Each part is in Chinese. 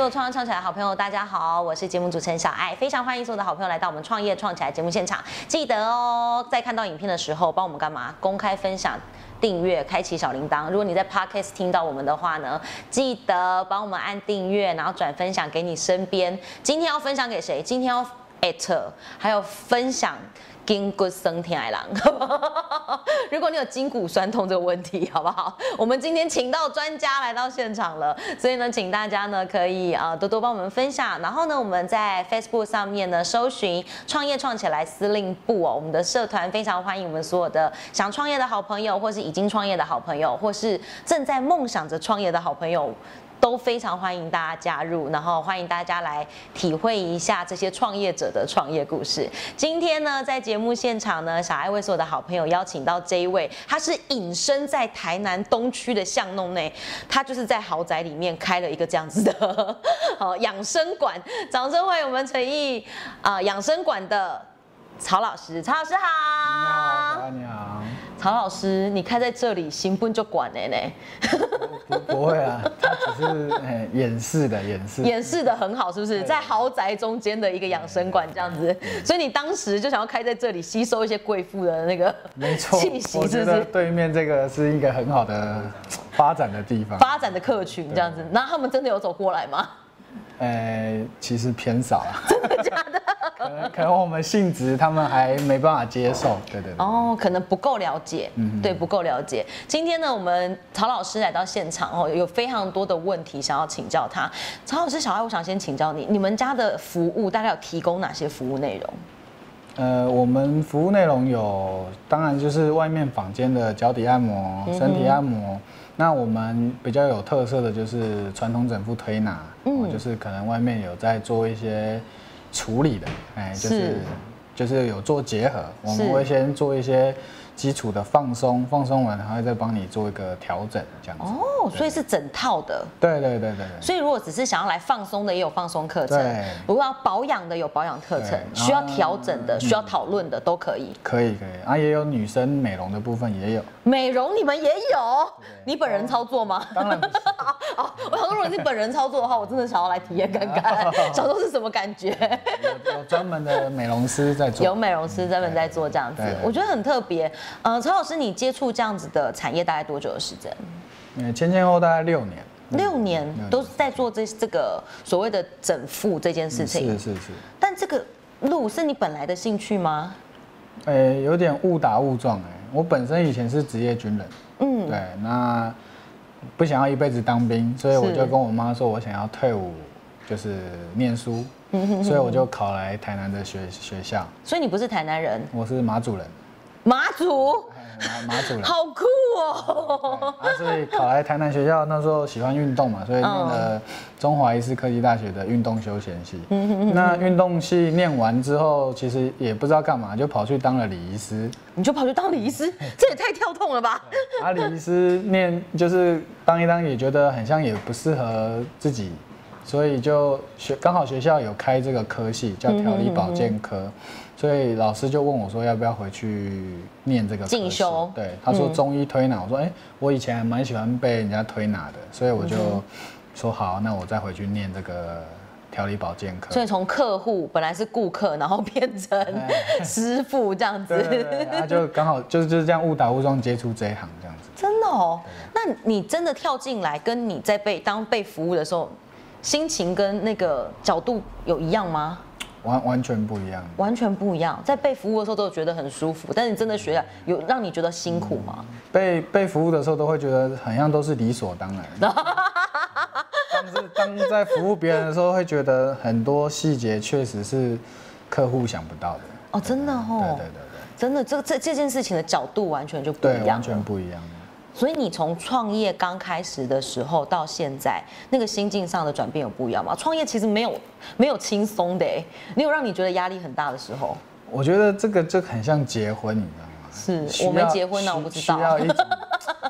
所有创业创起来的好朋友，大家好，我是节目主持人小爱，非常欢迎所有的好朋友来到我们创业创起来节目现场。记得哦，在看到影片的时候，帮我们干嘛？公开分享、订阅、开启小铃铛。如果你在 Podcast 听到我们的话呢，记得帮我们按订阅，然后转分享给你身边。今天要分享给谁？今天要还有分享。筋骨酸痛的人，如果你有筋骨酸痛这个问题，好不好？我们今天请到专家来到现场了，所以呢，请大家呢可以多多帮我们分享。然后呢，我们在 Facebook 上面呢搜寻“创业创起来司令部”哦，我们的社团非常欢迎我们所有的想创业的好朋友，或是已经创业的好朋友，或是正在梦想着创业的好朋友。都非常欢迎大家加入，然后欢迎大家来体会一下这些创业者的创业故事。今天呢，在节目现场呢，小爱为所有的好朋友邀请到这一位，他是隐身在台南东区的巷弄内，他就是在豪宅里面开了一个这样子的养生馆。掌声欢迎我们诚毅养生馆的曹老师，曹老师好。 你好，小爱你好。 曹老师，你开在这里行不就管了呢？ 不会啊，他只是掩饰的很好， 是不是？在豪宅中间的一个养生馆这样子，所以你当时就想要开在这里，吸收一些贵妇的那个气息， 我觉得对面这个是一个很好的发展的地方， 发展的客群这样子。那他们真的有走过来吗？ 其实偏少啊。 真的假的？ 可能我们性质他们还没办法接受，对。 哦，可能不够了解，对，不够了解。今天呢，我们曹老师来到现场哦，有非常多的问题想要请教他。曹老师，小爱，我想先请教你，你们家的服务大概有提供哪些服务内容？ 我们服务内容有，当然就是外面坊间的脚底按摩、身体按摩。那我们比较有特色的就是传统整复推拿，就是可能外面有在做一些处理的，就是有做结合，我们会先做一些基础的放松，放松完还会再帮你做一个调整，这样子。 哦，所以是整套的。 对。 所以如果只是想要来放松的，也有放松课程；如果要保养的，有保养课程；需要调整的、需要讨论的都可以。 可以啊，也有女生美容的部分也有。 美容你们也有？你本人操作吗？ 当然不是。 我想说，如果你本人操作的话，我真的想要来体验看看，想说是什么感觉。 有专门的美容师在做， 有美容师专门在做这样子，我觉得很特别。曹老师，你接触这样子的产业大概多久的时间？ 前后大概6年。 6年都是在做这个所谓的整复这件事情。 是。 但这个路是你本来的兴趣吗？ 有点误打误撞。我本身以前是职业军人，对，那不想要一辈子当兵，所以我就跟我妈说，我想要退伍，就是念书，所以我就考来台南的学校。 所以你不是台南人？ 我是马祖人。 马祖人， 好酷哦！ 所以考来台南学校，那时候喜欢运动嘛，所以念了中华医师科技大学的运动休闲系。那运动系念完之后，其实也不知道干嘛，就跑去当了礼仪师。 你就跑去当礼仪师，这也太跳痛了吧？ 礼仪师念就是当一当，也觉得很像也不适合自己，所以就刚好学校有开这个科系，叫调理保健科。所以老师就问我说，要不要回去念这个进修？对，他说中医推拿，我说我以前还蛮喜欢被人家推拿的，所以我就说好，那我再回去念这个调理保健科。 所以从客户本来是顾客，然后变成师傅这样子。 对，他就刚好就是这样误打误撞接触这一行这样子。 真的哦？那你真的跳进来，跟你在被服务的时候，心情跟那个角度有一样吗？ 完全不一样， 完全不一样。在被服务的时候都觉得很舒服，但是你真的学有让你觉得辛苦吗？ 被服务的时候都会觉得好像都是理所当然，但是当在服务别人的时候，会觉得很多细节确实是客户想不到的。 哦，真的哦。对，真的这件事情的角度完全就不一样， 对，完全不一样。 所以你从创业刚开始的时候到现在，那个心境上的转变有不一样吗？创业其实没有轻松的，你有让你觉得压力很大的时候？ 我觉得这个就很像结婚，你知道吗？ 是我没结婚呢，我不知道。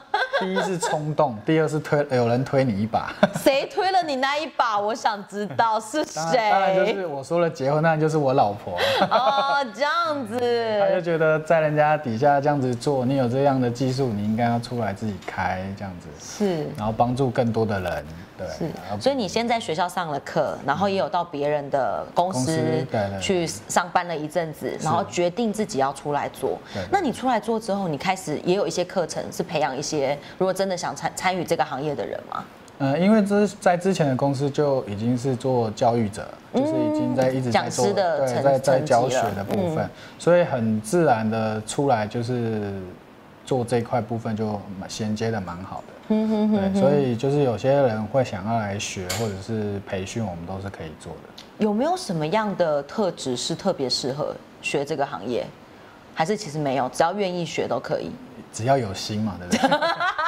第一是冲动，第二是有人推你一把。 谁推了你那一把？我想知道是谁。 当然就是我说了结婚，当然就是我老婆。 哦，这样子。 他就觉得在人家底下这样子做，你有这样的技术，你应该要出来自己开这样子。 是。 然后帮助更多的人。对。 是。所以你先在学校上了课，然后也有到别人的公司去上班了一阵子，然后决定自己要出来做。那你出来做之后，你开始也有一些课程是培养一些如果真的想参与这个行业的人吗？ 因为在之前的公司就已经是做教育者，就是已经一直在做在教学的部分，所以很自然的出来就是做这一块部分就衔接的蛮好的。对，所以就是有些人会想要来学或者是培训，我们都是可以做的。 有没有什么样的特质是特别适合学这个行业？还是其实没有，只要愿意学都可以。 只要有心嘛，对不对？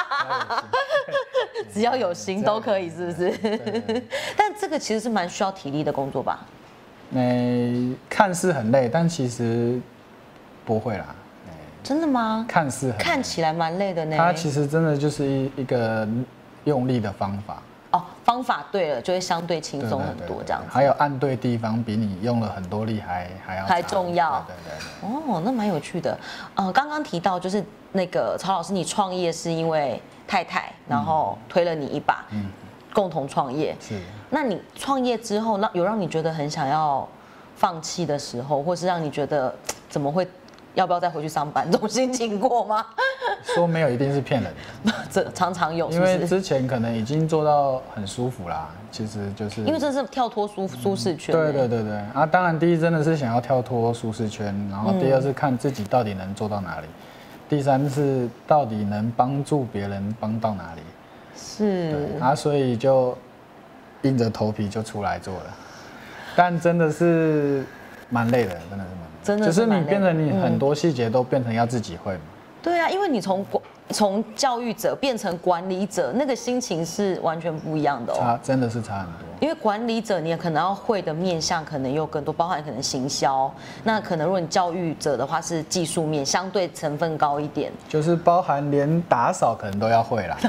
只要有心都可以，是不是？但这个其实是蛮需要体力的工作吧？ 看似很累，但其实不会啦。 真的吗？ 看似很累， 看起来蛮累的呢。 它其实真的就是一个用力的方法。 哦，方法对了，就会相对轻松很多，这样子。 还有按对地方，比你用了很多力还重要。 对。 哦，那蛮有趣的。刚刚提到就是那个曹老师，你创业是因为太太，然后推了你一把，共同创业。 是。 那你创业之后，有让你觉得很想要放弃的时候，或是让你觉得怎么会？要不要再回去上班？这种心情过吗？ 说没有一定是骗人的， 这常常有， 因为之前可能已经做到很舒服啦，其实就是因为这是跳脱舒适圈。 对啊，当然第一真的是想要跳脱舒适圈，然后第二是看自己到底能做到哪里，第三是到底能帮助别人帮到哪里。 是啊，所以就硬着头皮就出来做了，但真的是蛮累的，真的是蛮累。就是你变成你很多细节都变成要自己会嘛。 对啊，因为你从教育者变成管理者，那个心情是完全不一样的哦。 真的是差很多。 因为管理者你也可能要会的面向可能又更多，包含可能行销。那可能如果你教育者的话是技术面，相对成分高一点。 就是包含连打扫可能都要会啦。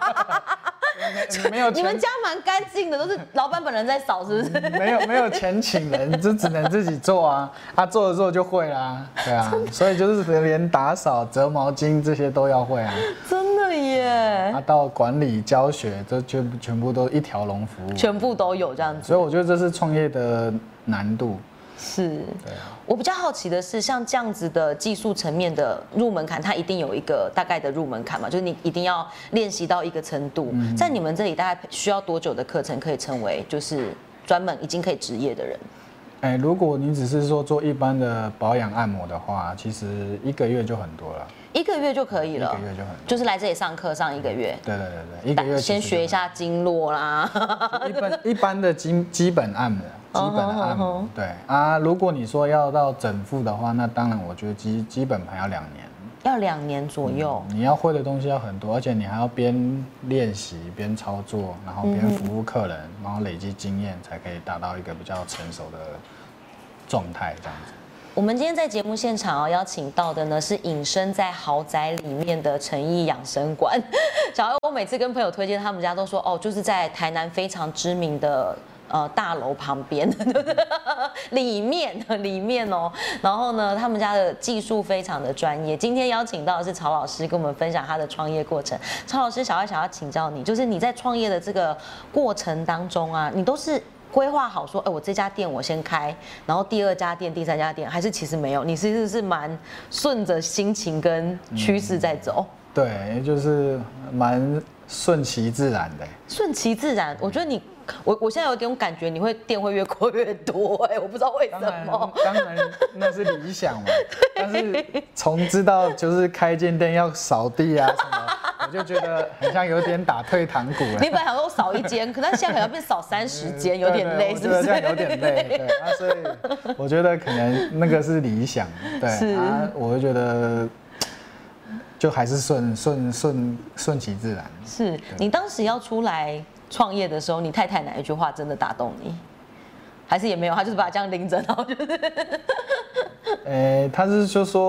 你们家蛮干净的，都是老板本人在扫，是不是？ 没有钱请人，就只能自己做啊。做着做就会啦，对啊。所以就是连打扫、折毛巾这些都要会啊。 真的耶。 到管理、教学，这全部都一条龙服务， 全部都有这样子。 所以我觉得这是创业的难度。 是， 对。 我比较好奇的是，像这样子的技术层面的入门槛，它一定有一个大概的入门槛嘛？就是你一定要练习到一个程度。在你们这里大概需要多久的课程可以成为就是专门已经可以职业的人？ 如果你只是说做一般的保养按摩的话，其实1个月就很多了。 1个月就可以了，1 个月就很多， 就是来这里上课上1个月。 对，1个月先学一下经络啦。 一般的基本按摩。基本的按摩，对啊。如果你说要到整复的话，那当然我觉得基本盘要2年， 要2年左右。 你要会的东西要很多，而且你还要边练习边操作，然后边服务客人，然后累积经验，才可以达到一个比较成熟的状态这样子。 我们今天在节目现场邀请到的呢是隐身在豪宅里面的诚毅养生馆。小艾，我每次跟朋友推荐他们家都说，就是在台南非常知名的。大楼旁边里面哦，然后呢，他们家的技术非常的专业。今天邀请到的是曹老师，跟我们分享他的创业过程。曹老师，小艾想要请教你，就是你在创业的这个过程当中啊，你都是规划好说，我这家店我先开，然后第2家店、第3家店，还是其实没有？你其实是蛮顺着心情跟趋势在走。 对，就是蛮顺其自然的。 顺其自然，我觉得我现在有点感觉，你店会越扩越多，我不知道为什么。 当然那是理想嘛，但是从知道就是开间店要扫地啊什么，我就觉得很像有点打退堂鼓了。 你本来想说扫1间，可是现在可能要变扫30间，有点累，是不是？ 这样有点累，对啊，所以我觉得可能那个是理想，对啊，我就觉得。就还是顺其自然。 是你当时要出来创业的时候，你太太哪一句话真的打动你？还是也没有，他就是把它这样拎着，然后就是。 他是就说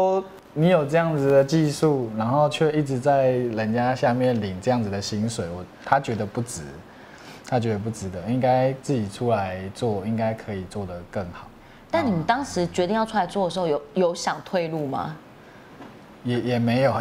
你有这样子的技术，然后却一直在人家下面领这样子的薪水，他觉得不值，他觉得不值得，应该自己出来做，应该可以做得更好。 但你们当时决定要出来做的时候，有想退路吗？ 也没有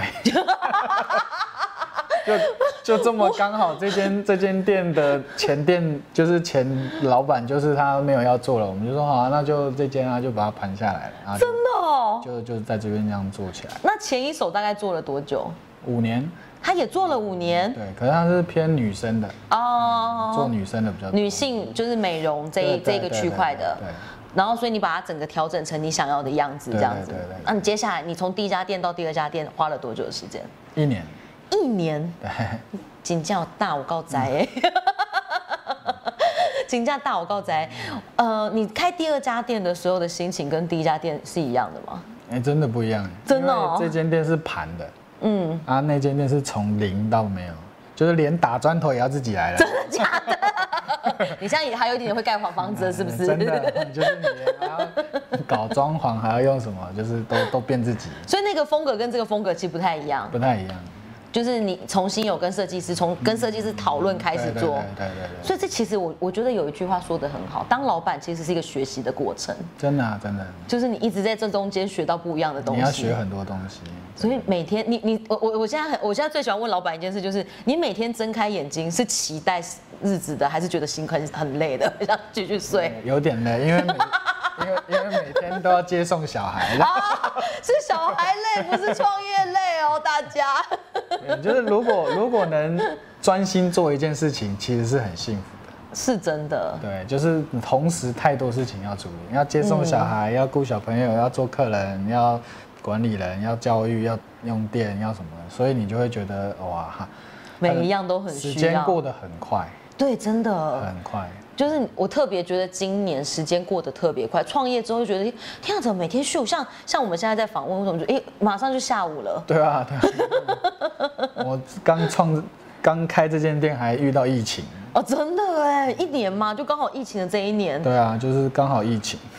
就这么刚好，这间店的前店就是前老板，就是他没有要做了，我们就说好啊，那就这间啊，就把它盘下来了。 真的哦， 就在这边这样做起来。 那前一手大概做了多久 ？5年。 他也做了5年。 对，可是他是偏女生的哦，做女生的比较多。 女性就是美容这个区块的。对。然后，所以你把它整个调整成你想要的样子，这样子。对。那你接下来，你从第一家店到第2家店花了多久的时间 ？1年。 1年。对。金价大，我告宅哎。金价大，我告宅。你开第2家店的时候的心情跟第1家店是一样的吗？ 真的不一样。 真的哦。 这间店是盘的。那间店是从0到没有，就是连打砖头也要自己来了。 真的假的？你现在还有一点会盖房子了，是不是？ 真的，就是你还要搞装潢，还要用什么，就是都变自己。 所以那个风格跟这个风格其实不太一样。 不太一样。 就是你重新有跟设计师跟设计师讨论开始做。 对。 所以这其实我觉得有一句话说得很好，当老板其实是一个学习的过程。 真的真的。 就是你一直在这中间学到不一样的东西。 你要学很多东西。 所以每天我现在最喜欢问老板一件事，就是你每天睁开眼睛是期待日子的，还是觉得心很累的，想继续睡？ 有点累，因为每天都要接送小孩。 是小孩累，不是创业累哦，大家。 就是如果能专心做一件事情，其实是很幸福的。 是真的。对， 就是同时太多事情要处理，要接送小孩，要顾小朋友，要做客人，要管理人，要教育，要用电，要什么，所以你就会觉得哇， 每一样都很需要。 时间过得很快。 对，真的很快。 就是我特别觉得今年时间过得特别快，创业之后就觉得天啊，怎么每天秀像我们现在在访问，为什么就马上就下午了？ 对啊。我刚开这间店还遇到疫情。 哦，真的哎，1年嘛，就刚好疫情的这1年。 对啊，就是刚好疫情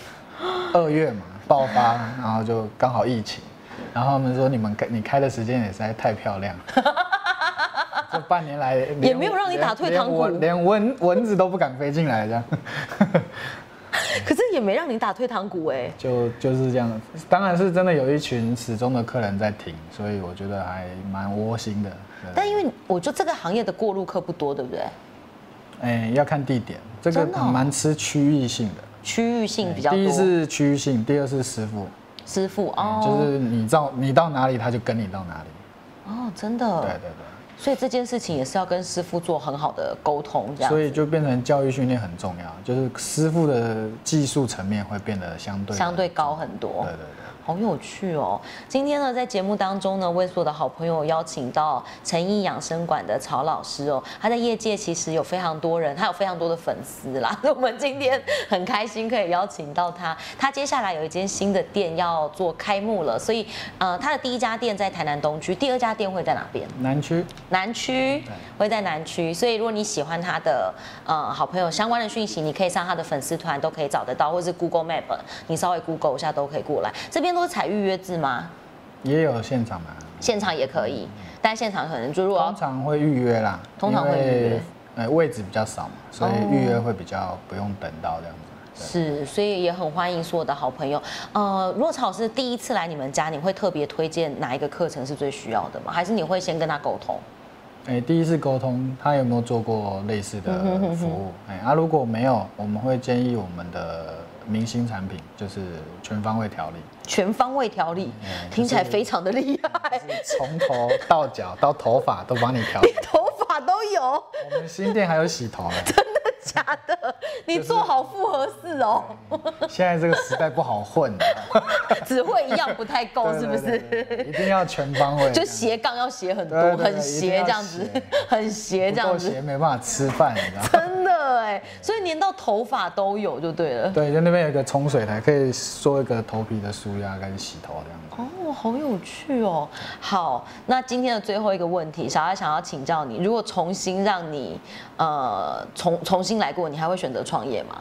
，2月嘛爆发，然后就刚好疫情，然后他们说你开的时间也实在太漂亮。这半年来也没有让你打退堂鼓， 连蚊子都不敢飞进来这样。 可是也没让你打退堂鼓哎。 就是这样，当然是真的有一群始终的客人在听，所以我觉得还蛮窝心的。 但因为我觉得这个行业的过路客不多，对不对？ 要看地点，这个蛮吃区域性的。区域性比较多。 第一是区域性，第二是师傅。 师傅哦。 就是你到哪里，他就跟你到哪里。 哦，真的。 对。 所以这件事情也是要跟师傅做很好的沟通，这样。 所以就变成教育训练很重要，就是师傅的技术层面会变得相对高很多。 对。 好有趣哦！今天呢，在节目当中呢，为所有的好朋友邀请到诚毅养生馆的曹老师哦。他在业界其实有非常多人，他有非常多的粉丝啦。我们今天很开心可以邀请到他。他接下来有一间新的店要做开幕了，所以他的第1家店在台南东区，第2家店会在哪边？ 南区。 南区会在南区，所以如果你喜欢他的好朋友相关的讯息，你可以上他的粉丝团都可以找得到，或是 Google Map， 你稍微 Google 一下都可以过来。这边都是采预约制吗？ 也有现场嘛， 现场也可以，但现场可能就如果通常会预约啦， 通常会预约，位置比较少嘛，所以预约会比较不用等到这样子。 是，所以也很欢迎所有的好朋友。如果曹老师第一次来你们家，你会特别推荐哪一个课程是最需要的吗？还是你会先跟他沟通？ 第一次沟通，他有没有做过类似的服务？如果没有，我们会建议我们的明星产品，就是全方位调理。 全方位调理，听起来非常的厉害。 从头到脚到头发都帮你调， 连头发都有。 我们新店还有洗头。 真的假的？你做好复合式哦。 现在这个时代不好混， 只会一样不太够，是不是？ 一定要全方位， 就斜杠要斜很多，很斜这样子，很斜这样子， 不够斜没办法吃饭，你知道吗？ 真的哎，所以连到头发都有就对了。 对，就那边有一个冲水台，可以做一个头皮的舒压跟洗头这样子。 哦，好有趣哦。好，那今天的最后一个问题，小艾想要请教你，如果重新让你重新来过，你还会选择创业吗？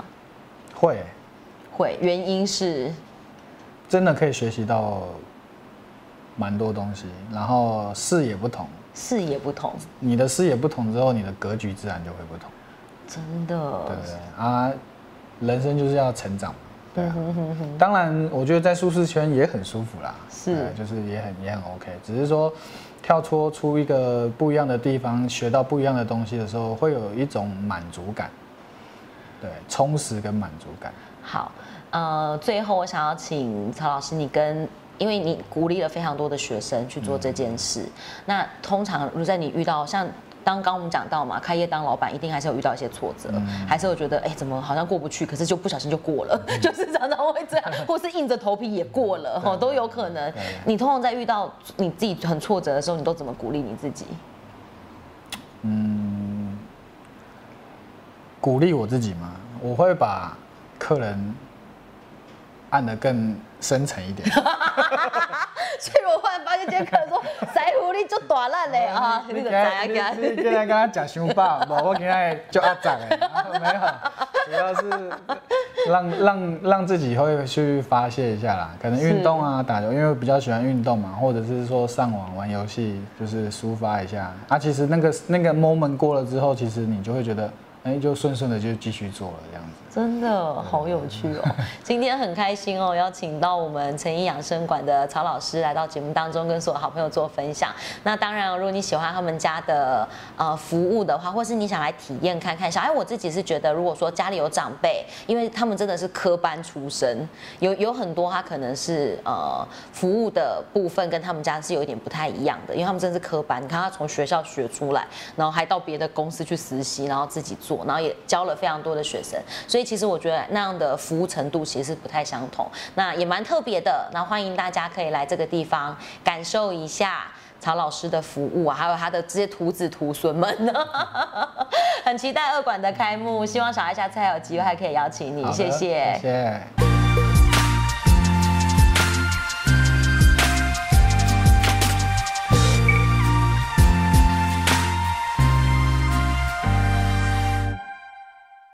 会， 原因是真的可以学习到蛮多东西，然后视野不同， 视野不同， 你的视野不同之后，你的格局自然就会不同。 真的， 对啊，人生就是要成长嘛。对啊，当然，我觉得在舒适圈也很舒服啦， 是， 就是也很 OK， 只是说跳脱出一个不一样的地方，学到不一样的东西的时候，会有一种满足感，对，充实跟满足感。 好，最后我想要请曹老师，因为你鼓励了非常多的学生去做这件事，那通常如果在你遇到像刚刚我们讲到嘛，开业当老板一定还是有遇到一些挫折，还是有觉得怎么好像过不去，可是就不小心就过了，就是常常会这样，或是硬着头皮也过了，都有可能。你通常在遇到你自己很挫折的时候，你都怎么鼓励你自己？ 鼓励我自己嘛，我会把客人按得更深层一点。 所以我忽然发现，今天客人说：“师傅你就大烂嘞啊！”你就知影你今天刚刚吃伤饱，无我今天就压榨的，没有，主要是让自己会去发泄一下啦，可能运动啊、打球，因为我比较喜欢运动嘛，或者是说上网玩游戏，就是抒发一下。啊，其实那个 moment 过了之后，其实你就会觉得，就顺顺的就继续做了这样子。 真的好有趣哦！今天很开心哦，邀请到我们诚毅养生馆的曹老师来到节目当中，跟所有好朋友做分享。那当然，如果你喜欢他们家的服务的话，或是你想来体验看看，小爱我自己是觉得，如果说家里有长辈，因为他们真的是科班出身，有很多他可能是服务的部分跟他们家是有一点不太一样的，因为他们真的是科班，你看他从学校学出来，然后还到别的公司去实习，然后自己做，然后也教了非常多的学生，所以其实我觉得那样的服务程度其实是不太相同，那也蛮特别的。那欢迎大家可以来这个地方感受一下曹老师的服务啊，还有他的这些徒子徒孙们呢。很期待2馆的开幕，希望小爱下次还有机会还可以邀请你，谢谢。 谢谢。